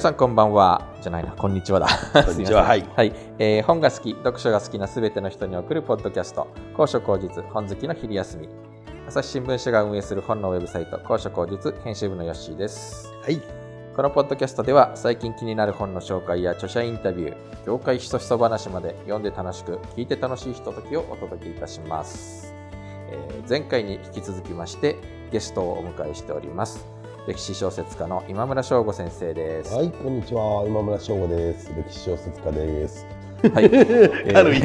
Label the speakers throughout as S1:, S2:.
S1: さんこんばんはじゃないな、こんにちはだ。
S2: こんにちは。はい、
S1: はい。本が好き、読書が好きなすべての人に送るポッドキャスト、高所高実本好きの昼休み。朝日新聞社が運営する本のウェブサイト、高所高実編集部のヨッシーです。
S2: はい。
S1: このポッドキャストでは最近気になる本の紹介や著者インタビュー、業界ひそひそ話まで読んで楽しく、聞いて楽しいひとときをお届けいたします。前回に引き続きましてゲストをお迎えしております。歴史小説家の今村翔吾先生です。
S2: はい、こんにちは。今村翔吾です。歴史小説家です。
S1: はい。
S2: 軽い。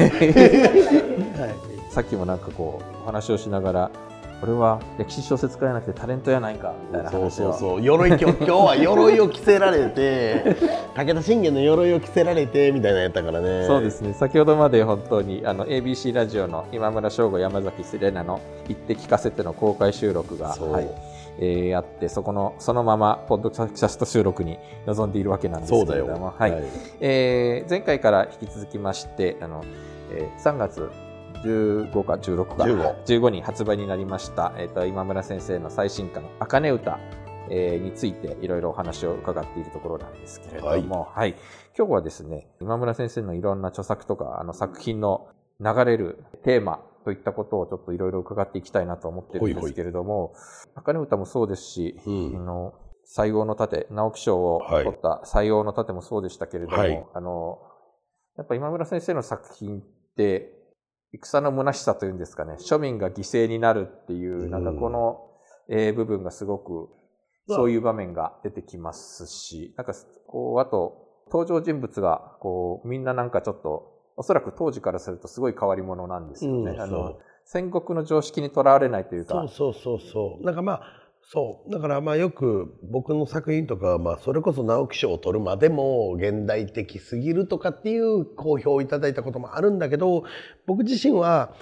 S1: さっきもなんかこうお話をしながら、俺は歴史小説家じゃなくてタレントやないかみたいな話を。
S2: そう。今日は鎧を着せられて、武田信玄の鎧を着せられてみたいなやったからね。
S1: そうですね。先ほどまで本当にABC ラジオの今村翔吾山崎セレナの言って聞かせての公開収録が。あってそのままポッドキャスト収録に臨んでいるわけなんですけれども、はい。前回から引き続きまして3月15か16か15に発売になりました、今村先生の最新刊「茜歌」についていろいろお話を伺っているところなんですけれども、はい、今日はですね今村先生のいろんな著作とか作品の流れるテーマといったことをちょっといろいろ伺っていきたいなと思ってるんですけれども、茜歌もそうですし、西郷の盾、直木賞を取った西郷の盾もそうでしたけれども、やっぱ今村先生の作品って戦の虚しさというんですかね、庶民が犠牲になるっていう、なんかこの、部分がすごくそういう場面が出てきますし、なんかこうあと登場人物がこうみんななんかちょっとおそらく当時からするとすごい変わり者なんですよね。戦国の常識にとらわれないというか。
S2: そう。なんかだからよく僕の作品とかはそれこそ直木賞を取るまでも現代的すぎるとかっていう好評をいただいたこともあるんだけど、僕自身は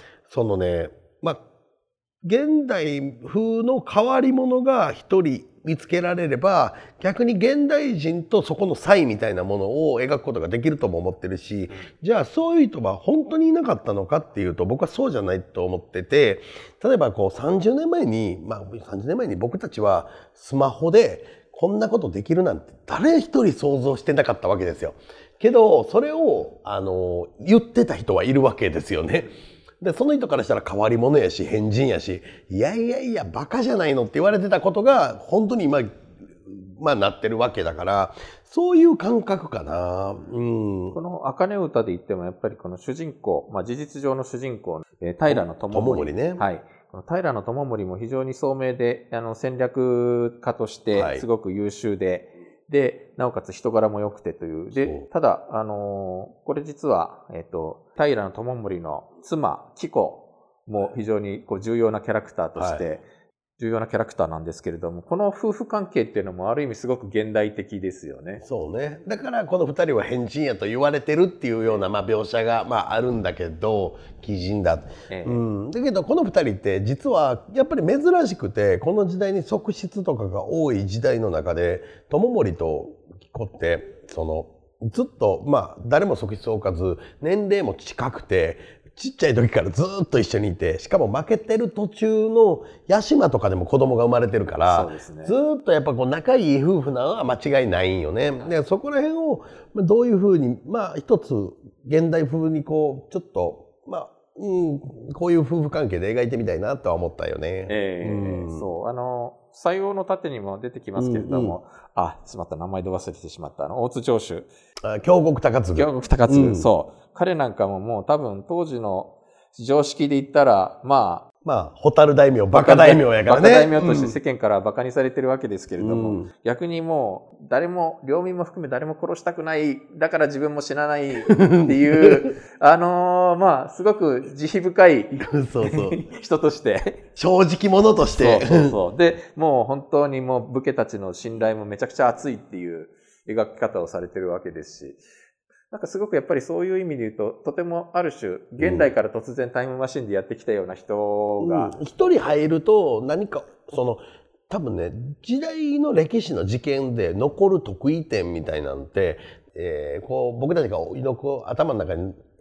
S2: 現代風の変わり者が一人見つけられれば逆に現代人とそこの差異みたいなものを描くことができるとも思ってるし、じゃあそういう人は本当にいなかったのかっていうと僕はそうじゃないと思ってて、例えば30年前に僕たちはスマホでこんなことできるなんて誰一人想像してなかったわけですよ。けどそれを言ってた人はいるわけですよね。でその人からしたら変わり者やし変人やし、いやバカじゃないのって言われてたことが本当に今なってるわけだから、そういう感覚かな。
S1: この茜歌で言ってもやっぱりこの主人公、事実上の主人公、平知盛
S2: ね。
S1: はい。この平知盛も非常に聡明で戦略家としてすごく優秀で、でなおかつ人柄も良くてという。でただこれ実は平知盛の妻紀子も非常に重要なキャラクターとして、重要なキャラクターなんですけれども、この夫婦関係っていうのもある意味すごく現代的ですよね。
S2: そうね。だからこの二人は変人やと言われてるっていうような描写があるんだけど、奇人だ。だけどこの二人って実はやっぱり珍しくて、この時代に側室とかが多い時代の中で知盛と紀子ってずっと誰も側室を置かず年齢も近くて。ちっちゃい時からずっと一緒にいて、しかも負けてる途中の屋島とかでも子供が生まれてるから、ずっとやっぱ仲いい夫婦なのは間違いないんよね。でそこら辺をどういうふうに一つ現代風にちょっとこういう夫婦関係で描いてみたいなとは思ったよね。
S1: そう西洋の盾にも出てきますけれども、しまった名前で忘れてしまった大津城主
S2: 京極高次、
S1: そう彼なんかももう多分当時の常識で言ったら
S2: 蛍大名バカ大名やからね、
S1: バカ大名として世間からバカにされてるわけですけれども、逆にもう誰も領民も含め誰も殺したくない、だから自分も死なないっていうすごく慈悲深い人として
S2: 正直者として
S1: でもう本当にもう武家たちの信頼もめちゃくちゃ厚いっていう描き方をされてるわけですし、なんかすごくやっぱりそういう意味で言うと、とてもある種現代から突然タイムマシンでやってきたような人が
S2: 一人入ると何か多分ね、時代の歴史の事件で残る得意点みたいなんて、僕たちが頭の中に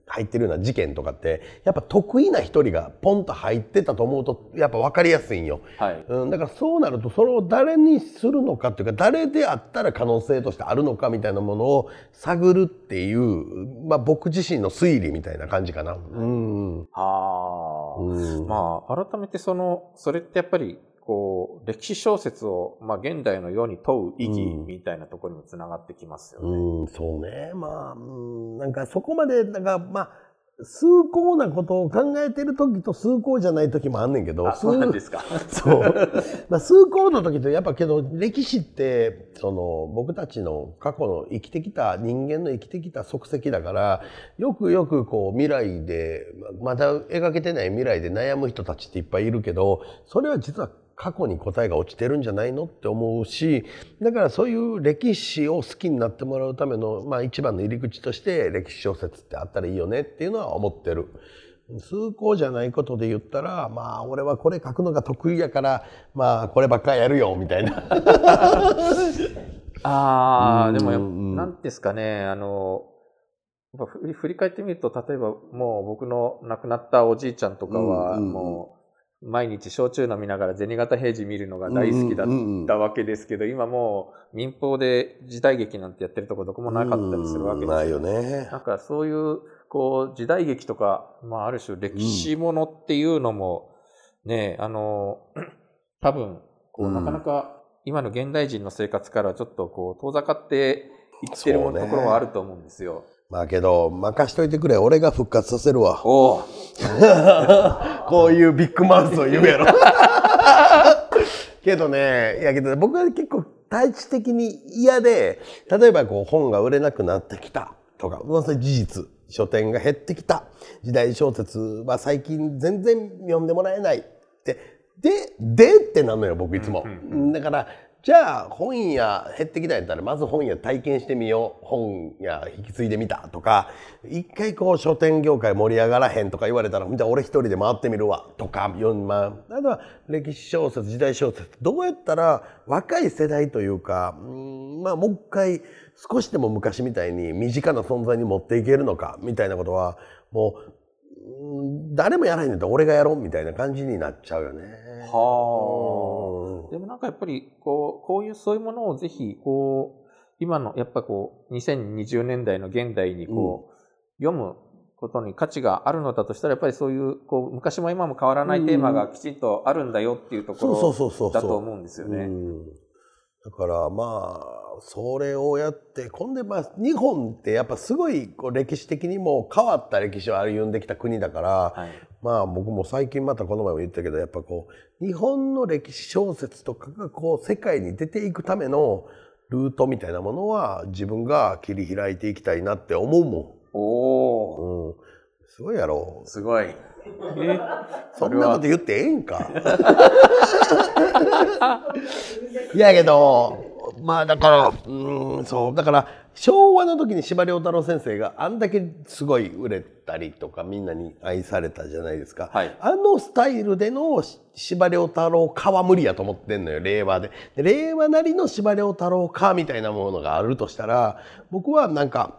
S2: 入ってるような事件とかってやっぱ得意な一人がポンと入ってたと思うとやっぱ分かりやすいんよ、はい、だからそうなるとそれを誰にするのかっていうか誰であったら可能性としてあるのかみたいなものを探るっていう、まあ、僕自身の推理みたいな感じかな。
S1: まあ改めてそれってやっぱりこう歴史小説を、まあ、現代の世に問う意義みたいなところにもつながってきますよね。
S2: そうね。まあ、なんかそこまでなんかまあ崇高なことを考えてる時と崇高じゃない時もあんねんけど。
S1: そうなんですか。
S2: そう。まあ崇高の時とやっぱけど歴史って僕たちの過去の生きてきた人間の生きてきた足跡だからよくよくこう未来でまだ描けてない未来で悩む人たちっていっぱいいるけどそれは実は過去に答えが落ちてるんじゃないのって思うしだからそういう歴史を好きになってもらうための、まあ、一番の入り口として歴史小説ってあったらいいよねっていうのは思ってる。崇高じゃないことで言ったらまあ俺はこれ書くのが得意やからまあこればっかりやるよみたいな
S1: でも何ですかね振り返ってみると例えばもう僕の亡くなったおじいちゃんとかはもう毎日焼酎飲みながら銭形平次見るのが大好きだったわけですけど、今もう民放で時代劇なんてやってるとこどこもなかったりするわけですよ。
S2: ないよね。
S1: なんかそういうこう時代劇とか、まあある種歴史ものっていうのもね、多分こうなかなか今の現代人の生活からちょっとこう遠ざかっていってるところはあると思うんですよ。
S2: まあけど任しといてくれ俺が復活させるわ。こういうビッグマウスを言うやろけどねいやけど僕は結構対地的に嫌で例えばこう本が売れなくなってきたとかそれ事実書店が減ってきた時代小説は最近全然読んでもらえないってでってなのよ僕いつも、だからじゃあ本屋減ってきたんやったらまず本屋体験してみよう本屋引き継いでみたとか一回こう書店業界盛り上がらへんとか言われたらじゃあ俺一人で回ってみるわとかあとは歴史小説時代小説どうやったら若い世代というかまあもう一回少しでも昔みたいに身近な存在に持っていけるのかみたいなことはもう誰もやらへんねんと俺がやろうみたいな感じになっちゃうよね。
S1: でもなんかやっぱりこういうそういうものをぜひこう今のやっぱこう2020年代の現代にこう、読むことに価値があるのだとしたらやっぱりそういうこう昔も今も変わらないテーマがきちんとあるんだよっていうところだと思うんですよね。
S2: だからまあそれをやって今度まあ日本ってやっぱすごいこう歴史的にも変わった歴史を歩んできた国だから、はい、まあ僕も最近またこの前も言ったけどやっぱこう日本の歴史小説とかがこう世界に出ていくためのルートみたいなものは自分が切り開いていきたいなって思うもん。すごいやろ。
S1: すごい。
S2: そんなこと言ってええんか。いやけどまあだからそうだから昭和の時に司馬遼太郎先生があんだけすごい売れたりとかみんなに愛されたじゃないですか、はい、あのスタイルでの司馬遼太郎化は無理やと思ってんのよ令和で。令和なりの司馬遼太郎化みたいなものがあるとしたら僕はなんか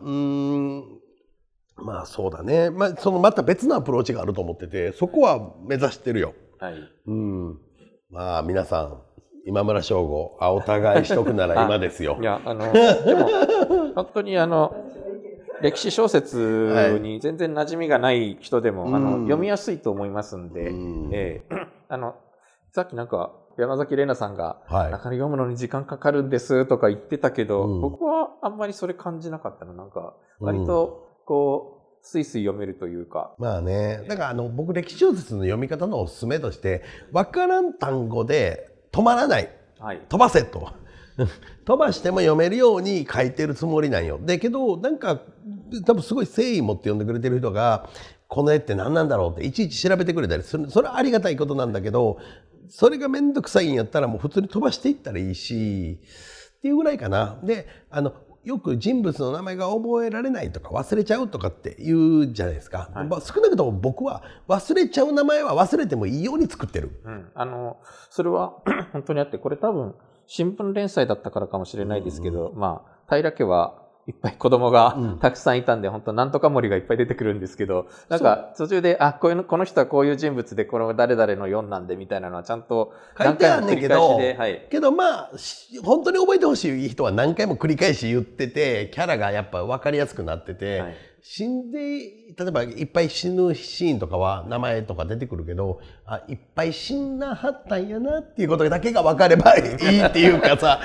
S2: まあそうだね、まあ、また別のアプローチがあると思っててそこは目指してるよ、はい、まあ皆さん今村翔吾お互いしとくなら今ですよ。
S1: いやでも本当に歴史小説に全然馴染みがない人でも、読みやすいと思いますんで、さっきなんか山崎怜奈さんが、なかなか読むのに時間かかるんですとか言ってたけど、僕はあんまりそれ感じなかったの。なんか割とこうスイスイ読めるというか。
S2: まあね、だから僕歴史小説の読み方のおすすめとして分からん単語で止まらない、はい、飛ばせと飛ばしても読めるように書いてるつもりなんよ。だけどなんか多分すごい誠意持って読んでくれてる人がこの絵って何なんだろうっていちいち調べてくれたりする。それはありがたいことなんだけどそれがめんどくさいんやったらもう普通に飛ばしていったらいいしっていうぐらいかな。でよく人物の名前が覚えられないとか忘れちゃうとかって言うじゃないですか、はい、少なくとも僕は忘れちゃう名前は忘れてもいいように作ってる、
S1: それは本当にあってこれ多分新聞連載だったからかもしれないですけど、まあ平家はいっぱい子供がたくさんいたんで、本当なんとか森がいっぱい出てくるんですけど、なんか途中で、この人はこういう人物で、この誰々の4なんでみたいなのはちゃんと何回も繰り返しで、はい。
S2: けど本当に覚えてほしい人は何回も繰り返し言ってて、キャラがやっぱ分かりやすくなってて、はい、死んで、例えばいっぱい死ぬシーンとかは名前とか出てくるけど、いっぱい死んなはったんやなっていうことだけが分かればいいっていうかさ、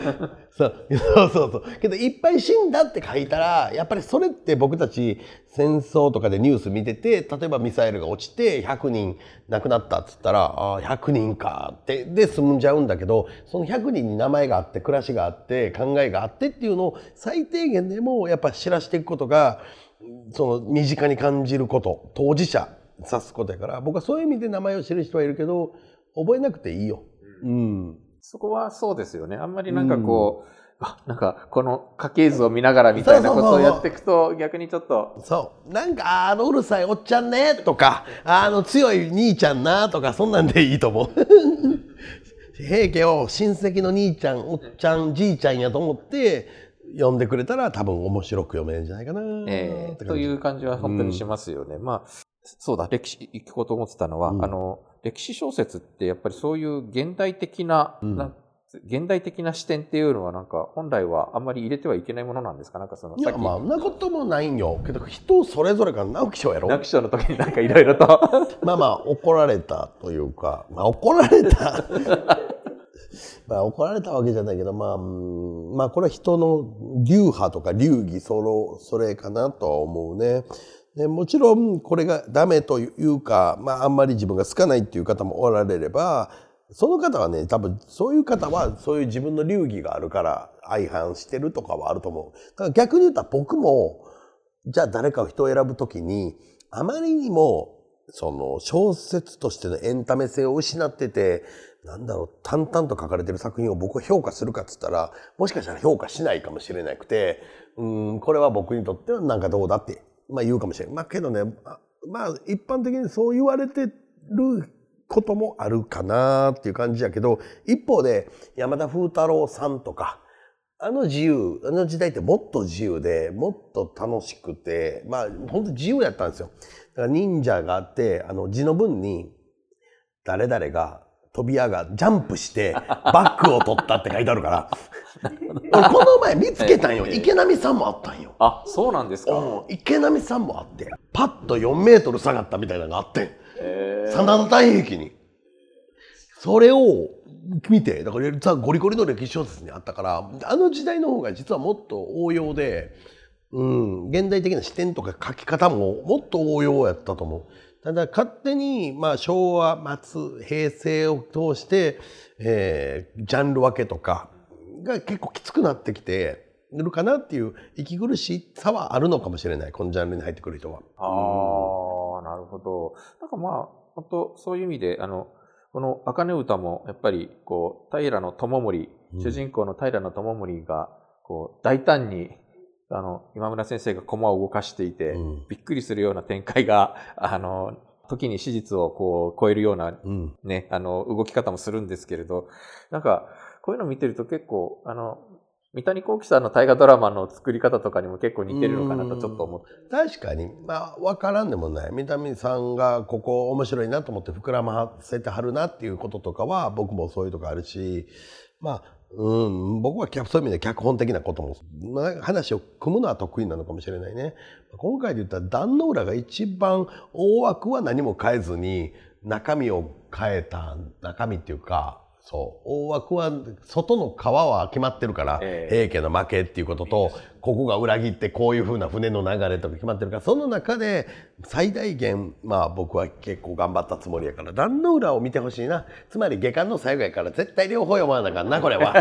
S2: そうけどいっぱい死んだって書いたら、やっぱりそれって僕たち戦争とかでニュース見てて、例えばミサイルが落ちて100人亡くなったっつったら、100人かってで済んじゃうんだけど、その100人に名前があって暮らしがあって考えがあってっていうのを最低限でもやっぱ知らしていくことが、その身近に感じること、当事者指すことやから、僕はそういう意味で名前を知る人はいるけど、覚えなくていいよ。
S1: そこはそうですよね。あんまりなんかこう、なんかこの家系図を見ながらみたいなことをやっていくと逆にちょっと。
S2: なんかうるさいおっちゃんねとか、強い兄ちゃんなとか、そんなんでいいと思う。平家を親戚の兄ちゃん、おっちゃん、じいちゃんやと思って読んでくれたら多分面白く読めるんじゃないかな、
S1: という感じは本当にしますよね。そうだ、歴史聞こうと思ってたのは、歴史小説ってやっぱりそういう現代的な視点っていうのはなんか本来はあんまり入れてはいけないものなんですか？なんかその
S2: いや、そんなこともないんよ。けど人それぞれが直木賞やろ。
S1: 直木賞の時になんかいろいろと
S2: 怒られたというか、怒られた怒られたわけじゃないけど、これは人の流派とか流儀それかなとは思うね。でもちろんこれがダメというか、あんまり自分が好かないっていう方もおられれば、その方はね、多分そういう方はそういう自分の流儀があるから相反してるとかはあると思う。だから逆に言ったら僕も、じゃあ誰かを人を選ぶときに、あまりにもその小説としてのエンタメ性を失ってて、淡々と書かれてる作品を僕は評価するかっつったら、もしかしたら評価しないかもしれなくて、これは僕にとってはなんかどうだって言うかもしれない。けどね、一般的にそう言われてることもあるかなっていう感じやけど、一方で山田風太郎さんとか、あの時代ってもっと自由で、もっと楽しくて、本当自由やったんですよ。だから忍者があって、字の文に誰々が飛び上がジャンプしてバッグを取ったって書いてあるから。俺この前見つけたんよ。池波さんもあったんよ。
S1: あ、そうなんですか。
S2: 池波さんもあって、パッと4メートル下がったみたいなのがあって、真田太平に。それを見て、だからゴリゴリの歴史小説にあったから、あの時代の方が実はもっと応用で、現代的な視点とか書き方ももっと応用やったと思う。ただ勝手に昭和末平成を通して、ジャンル分けとかが結構きつくなってきてるかなっていう息苦しさはあるのかもしれない、このジャンルに入ってくる人は。
S1: なるほど。なんか本当そういう意味でこの茜歌もやっぱりこう平知盛、主人公の平知盛がこう大胆に今村先生が駒を動かしていて、びっくりするような展開が時に史実をこう超えるようなね、動き方もするんですけれど、なんかこういうのを見てると結構三谷幸喜さんの大河ドラマの作り方とかにも結構似てるのかなとちょっと思って。
S2: 確かに分からんでもない。三谷さんがここ面白いなと思って膨らませてはるなっていうこととかは僕もそういうとこあるし、僕はそういう意味で脚本的なことも話を組むのは得意なのかもしれないね。今回で言ったら壇ノ浦が一番大枠は何も変えずに中身を変えた、中身っていうか大枠は外の川は決まってるから、平家の負けっていうことと、ここが裏切ってこういう風な船の流れとか決まってるから、その中で最大限僕は結構頑張ったつもりやから、壇ノ浦を見てほしいな。つまり下巻の最後やから絶対両方読まなあかんな、これは。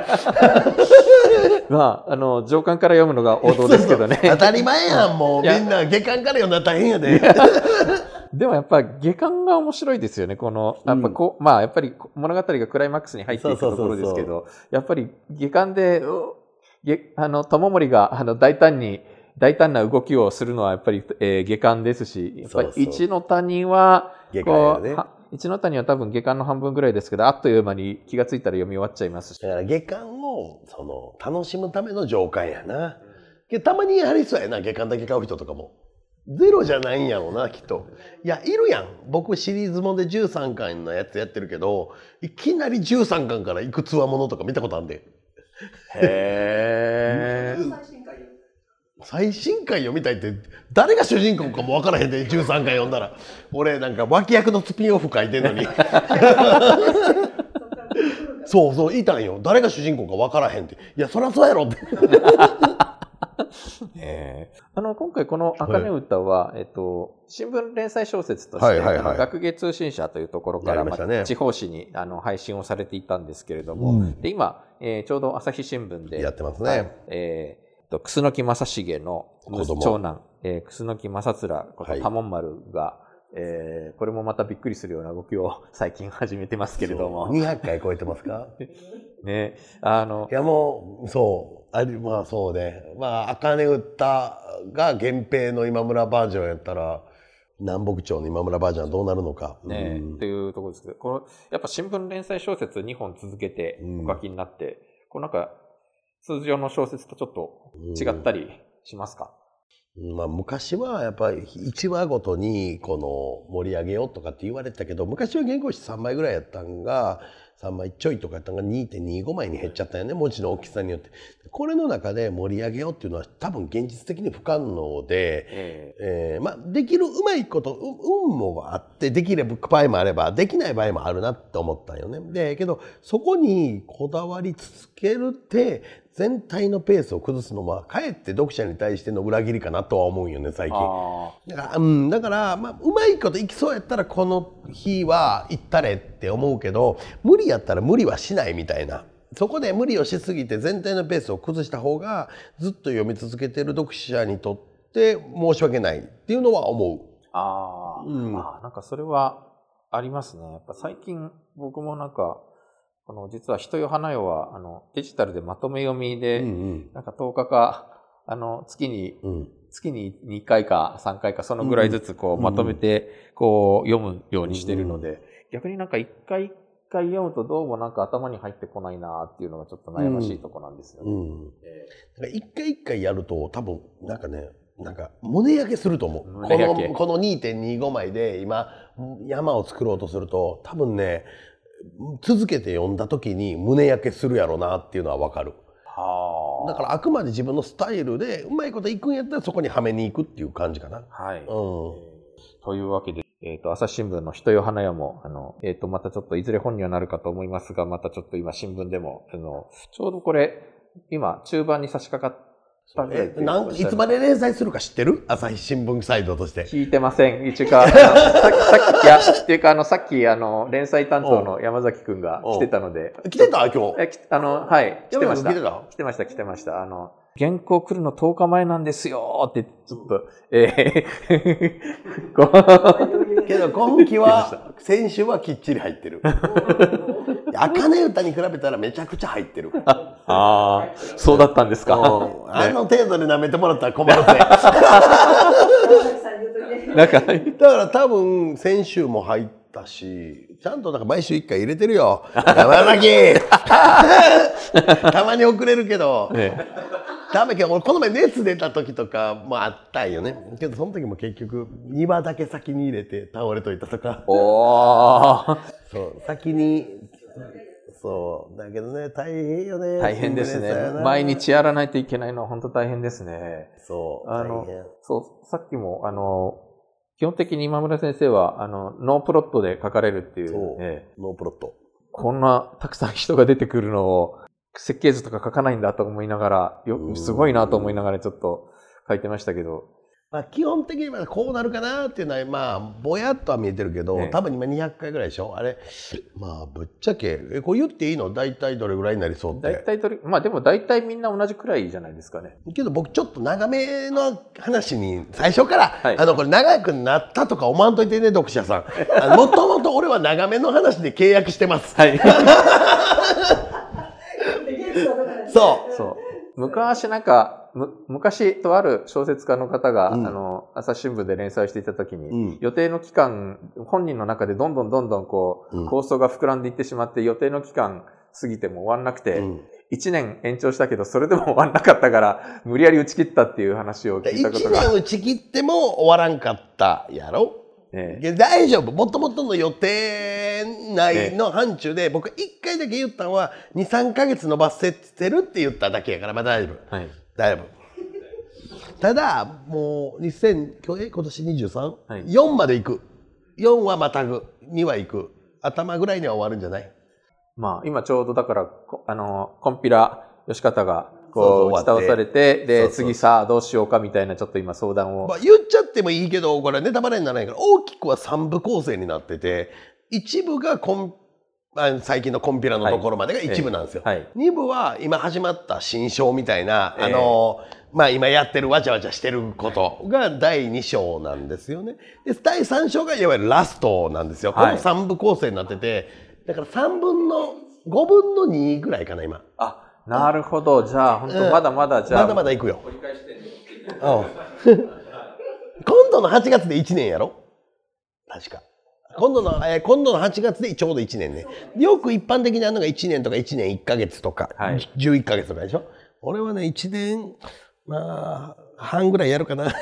S1: 上巻から読むのが王道ですけどね。
S2: 当たり前やん、もうみんな下巻から読んだら大変やで。
S1: でもやっぱ下巻が面白いですよね。やっぱり物語がクライマックスに入っていくところですけど、やっぱり下巻で、知盛が大胆な動きをするのはやっぱり、下巻ですし、やっぱり一ノ谷は、一ノ谷は多分下巻の半分ぐらいですけど、あっという間に気がついたら読み終わっちゃいますし。
S2: だから下巻を楽しむための上巻やな。 たまにありそうやな、月刊だけ買う人とかも。ゼロじゃないんやろうな、きっと。いや、いるやん。僕シリーズもんで13巻のやつやってるけど、いきなり13巻からいくつわものとか見たことあんで。
S1: へー。
S2: 最新巻読みたいって、誰が主人公かもわからへんで、13巻読んだら。俺なんか脇役のスピンオフ書いてんのに。そうそう、いたんよ。誰が主人公かわからへんって。いや、そりゃそうやろって。
S1: 今回この茜歌は、新聞連載小説として、学芸通信社というところから、地方紙に配信をされていたんですけれども、で今、ちょうど朝日新聞で
S2: やってますね。
S1: 楠木正成の長男、楠木正面こと多門丸が、これもまたびっくりするような動きを最近始めてますけれども。
S2: 200回超えてますか
S1: ね。
S2: いやもう、そう。まあそうね。まあ、茜歌が源平の今村バージョンやったら、南北朝の今村バージョンはどうなるのか。
S1: ねっていうところですけど、この、やっぱ新聞連載小説2本続けてお書きになって、こうなんか、通常の小説とちょっと違ったりしますか？
S2: まあ昔はやっぱり1話ごとにこの盛り上げようとかって言われてたけど、昔は原稿紙3枚ぐらいやったんが、3枚ちょいとかやったのが 2.25 枚に減っちゃったよね、文字の大きさによって。これの中で盛り上げようっていうのは多分現実的に不可能で、まあできるうまいこと、運もあってできる場合もあればできない場合もあるなって思ったんよね。でけどそこにこだわり続けるって全体のペースを崩すのはかえって読者に対しての裏切りかなとは思うんよね最近。だからまあうまいこといきそうやったらこの日は行ったれって思うけど、無理やったら無理はしないみたいな。そこで無理をしすぎて全体のペースを崩した方がずっと読み続けてる読者にとって申し訳ないっていうのは思う。
S1: なんかそれはありますね。やっぱ最近僕もなんか実は人よ花よはデジタルでまとめ読みで、なんか10日か月に2回か3回かそのぐらいずつこうまとめてこう読むようにしてるので、逆になんか一回読むとどうもなんか頭に入ってこないなっていうのがちょっと悩ましいとこなんですよね。
S2: 一回やると多分なんかね、なんか胸焼けすると思う。この 2.25 枚で今山を作ろうとすると多分ね、続けて読んだ時に胸焼けするやろなっていうのは分かる。だからあくまで自分のスタイルでうまいこといくんやったらそこにはめに行くっていう感じかな。
S1: というわけで、朝日新聞の人よ花よもまたちょっといずれ本にはなるかと思いますが、またちょっと今新聞でもちょうどこれ今中盤に差し掛かって
S2: いつまで連載するか知ってる？朝日新聞サイドとして。
S1: 聞いてません。一応さっき連載担当の山崎くんが来てたので。
S2: 来てた今日。
S1: はい。来てました。来てました。原稿来るの10日前なんですよって、ちょっと、
S2: けど今期は、先週はきっちり入ってる。茜歌に比べたらめちゃくちゃ入ってる。
S1: そうだったんですか。
S2: 程度で舐めてもらったら困るぜ。だから多分先週も入ったし、ちゃんとなんか毎週1回入れてるよ。山崎たまに遅れるけど。ダメけど、俺この前熱出た時とかもあったんよね。けどその時も結局2話だけ先に入れて倒れといたとか。そう先にそうだけどね、大変よね。
S1: 大変ですね。毎日やらないといけないのは本当大変ですね。
S2: そう
S1: さっきも基本的に今村先生はノープロットで書かれるっていう、
S2: ノープロット。
S1: こんなたくさん人が出てくるのを設計図とか書かないんだと思いながら、すごいなと思いながらちょっと書いてましたけど。
S2: 基本的にはこうなるかなっていうのはぼやっとは見えてるけど、多分今200回ぐらいでしょあれ。ぶっちゃけこう言っていいの？大体どれぐらいになりそうって。
S1: でも大体みんな同じくらいじゃないですかね。
S2: けど僕ちょっと長めの話に最初から、これ長くなったとか思わんといてね、読者さん。もともと俺は長めの話で契約してます。そう
S1: 昔とある小説家の方が、朝日新聞で連載していた時に、予定の期間、本人の中でどんどんこう、構想が膨らんでいってしまって、予定の期間過ぎても終わんなくて、 1年延長したけど、それでも終わんなかったから、無理やり打ち切ったっていう話を聞いたことが。
S2: 1年打ち切っても終わらんかったやろ。大丈夫。もともとの予定内の範疇で、僕1回だけ言ったのは、2、3ヶ月伸ばせてるって言っただけやから、まあ大丈夫。大丈夫。ただ、もう、今年 23？ 4まで行く。4はまたぐ。2は行く。頭ぐらいには終わるんじゃない？
S1: まあ、今ちょうどだから、コンピラ、吉方が、こう、打ち倒されて、で、次さあどうしようかみたいなちょっと今相談を。
S2: まあ、言っちゃってもいいけど、これネタバレにならないから、大きくは3部構成になってて、一部が最近のコンピラのところまでが一部なんですよ。2部は今始まった新章みたいな、まあ今やってるわちゃわちゃしてることが第2章なんですよね。で、第3章がいわゆるラストなんですよ。この3部構成になってて、だから5分の2ぐらいかな、今。
S1: あ、なるほど。じゃあ、本当まだまだ、じゃあ。
S2: まだまだ行くよ。今度の8月で1年やろ？確か。今度の8月でちょうど1年ね。よく一般的にあるのが1年とか1年1ヶ月とか、11ヶ月とかでしょ。俺はね、1年、まあ、半ぐらいやるかな。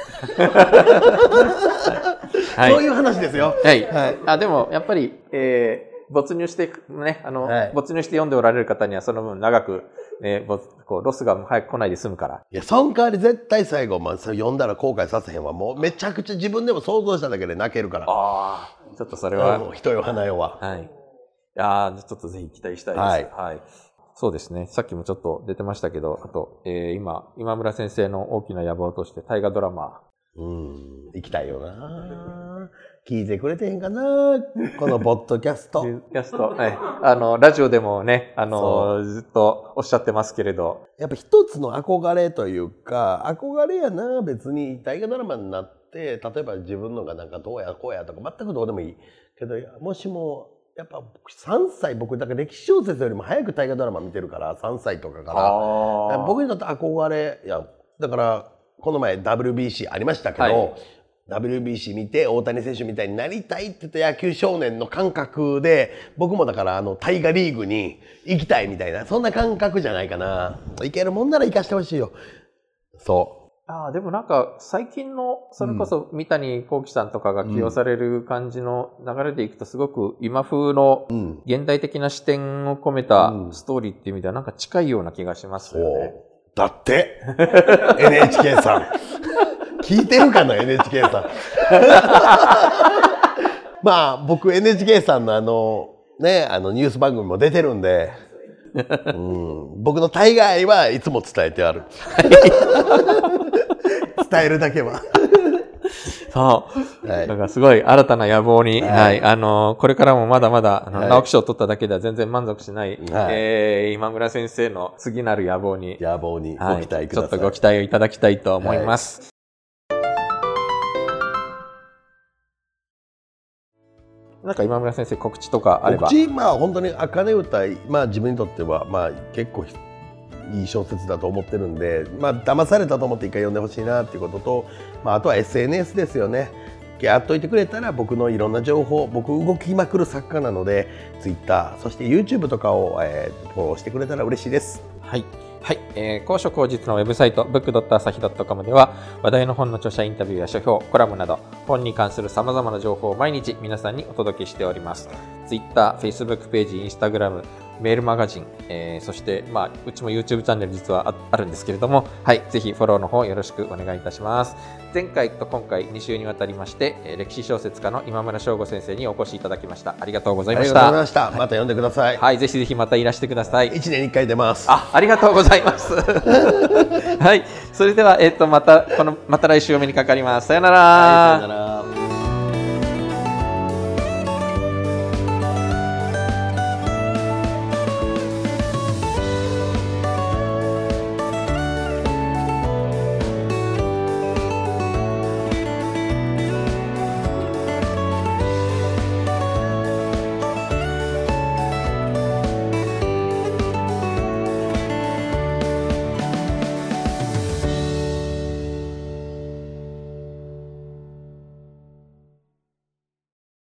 S2: そういう話ですよ。
S1: でも、やっぱり、没入してね、没入して読んでおられる方にはその分長く、ロスが早く来ないで済むから。
S2: いや、その代わり絶対最後、読んだら後悔させへんわ。もうめちゃくちゃ自分でも想像しただけで泣けるから。
S1: ああ、ちょっとそれは。
S2: 人よ花よは。
S1: いやちょっとぜひ期待したいです。そうですね。さっきもちょっと出てましたけど、あと、今村先生の大きな野望として大河ドラマ。
S2: 行きたいよな。聞いてくれてへんかな、このポッドキャスト。
S1: ラジオでもね、ずっとおっしゃってますけれど。
S2: やっぱ一つの憧れというか、憧れやな、別に大河ドラマになって、例えば自分のがなんかどうやこうやとか全くどうでもいい。けど、もしも、やっぱ3歳、僕だから歴史小説よりも早く大河ドラマ見てるから、3歳とかから。僕にとって憧れや。だから、この前 WBC ありましたけど、WBC 見て大谷選手みたいになりたいって言った野球少年の感覚で、僕もだから大河リーグに行きたいみたいな、そんな感覚じゃないかな。行けるもんなら行かしてほしいよ。そう。
S1: でもなんか最近の、それこそ三谷幸喜さんとかが起用される感じの流れでいくと、すごく今風の現代的な視点を込めたストーリーっていう意味ではなんか近いような気がしますよね。
S2: だって、NHK さん。聞いてるかな NHK さん。まあ僕 NHK さんのニュース番組も出てるんで、僕の大概はいつも伝えてある。伝えるだけは。
S1: そう。だからすごい新たな野望に、これからもまだまだ、直木賞を取っただけでは全然満足しない、今村先生の次なる野望に
S2: ご期待ください。
S1: ちょっとご期待をいただきたいと思います。なんか今村先生告知とかあれば。
S2: 本当に茜歌、自分にとっては結構いい小説だと思ってるんで、騙されたと思って一回読んでほしいなっていうことと、あとは SNS ですよね。やっといてくれたら僕のいろんな情報、僕動きまくる作家なので Twitter、そして YouTube とかを、フォローしてくれたら嬉しいです。
S1: 高所高実のウェブサイト book.asahi.com では話題の本の著者インタビューや書評、コラムなど本に関する様々な情報を毎日皆さんにお届けしております。Twitter、Facebook ページ、Instagram、メールマガジン、そして、うちも YouTube チャンネル実はあるんですけれども、ぜひフォローの方よろしくお願いいたします。前回と今回2週にわたりまして、歴史小説家の今村翔吾先生にお越しいただきました。ありがとうございました。
S2: ありがとうございました。また読んでください。
S1: ぜひぜひまたいらしてください。
S2: 1年に1回出ます。
S1: ありがとうございます。それでは、また来週お目にかかります。さよなら。
S2: さよなら。